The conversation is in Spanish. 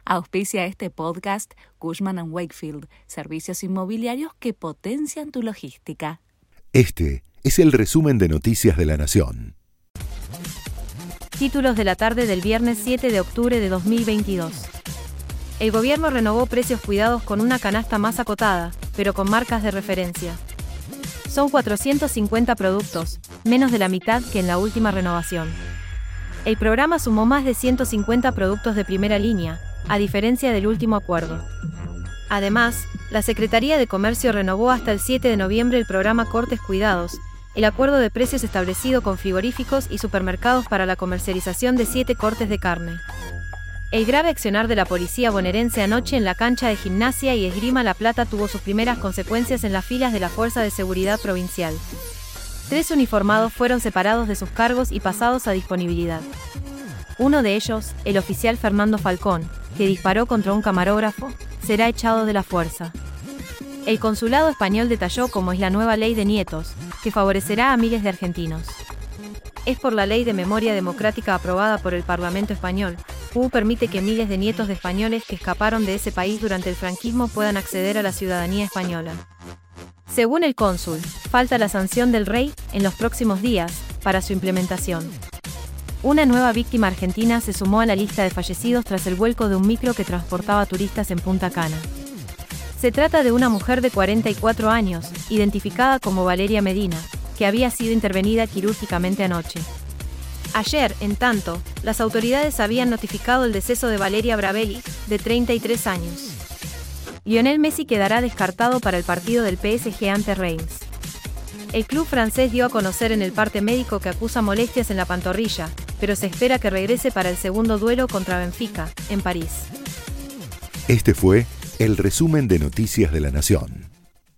Auspicia este podcast Cushman & Wakefield, servicios inmobiliarios que potencian tu logística. Este es el resumen de Noticias de la Nación. Títulos de la tarde del viernes 7 de octubre de 2022. El gobierno renovó precios cuidados con una canasta más acotada, pero con marcas de referencia. Son 450 productos, menos de la mitad que en la última renovación. El programa sumó más de 150 productos de primera línea, a diferencia del último acuerdo. Además, la Secretaría de Comercio renovó hasta el 7 de noviembre el programa Cortes Cuidados, el acuerdo de precios establecido con frigoríficos y supermercados para la comercialización de 7 cortes de carne. El grave accionar de la policía bonaerense anoche en la cancha de Gimnasia y Esgrima La Plata tuvo sus primeras consecuencias en las filas de la Fuerza de Seguridad Provincial. 3 uniformados fueron separados de sus cargos y pasados a disponibilidad. Uno de ellos, el oficial Fernando Falcón, que disparó contra un camarógrafo, será echado de la fuerza. El consulado español detalló cómo es la nueva ley de nietos, que favorecerá a miles de argentinos. Es por la Ley de Memoria Democrática aprobada por el Parlamento español, que permite que miles de nietos de españoles que escaparon de ese país durante el franquismo puedan acceder a la ciudadanía española. Según el cónsul, falta la sanción del rey, en los próximos días, para su implementación. Una nueva víctima argentina se sumó a la lista de fallecidos tras el vuelco de un micro que transportaba turistas en Punta Cana. Se trata de una mujer de 44 años, identificada como Valeria Medina, que había sido intervenida quirúrgicamente anoche. Ayer, en tanto, las autoridades habían notificado el deceso de Valeria Bravelli, de 33 años. Lionel Messi quedará descartado para el partido del PSG ante Reims. El club francés dio a conocer en el parte médico que acusa molestias en la pantorrilla, pero se espera que regrese para el segundo duelo contra Benfica, en París. Este fue el resumen de Noticias de la Nación.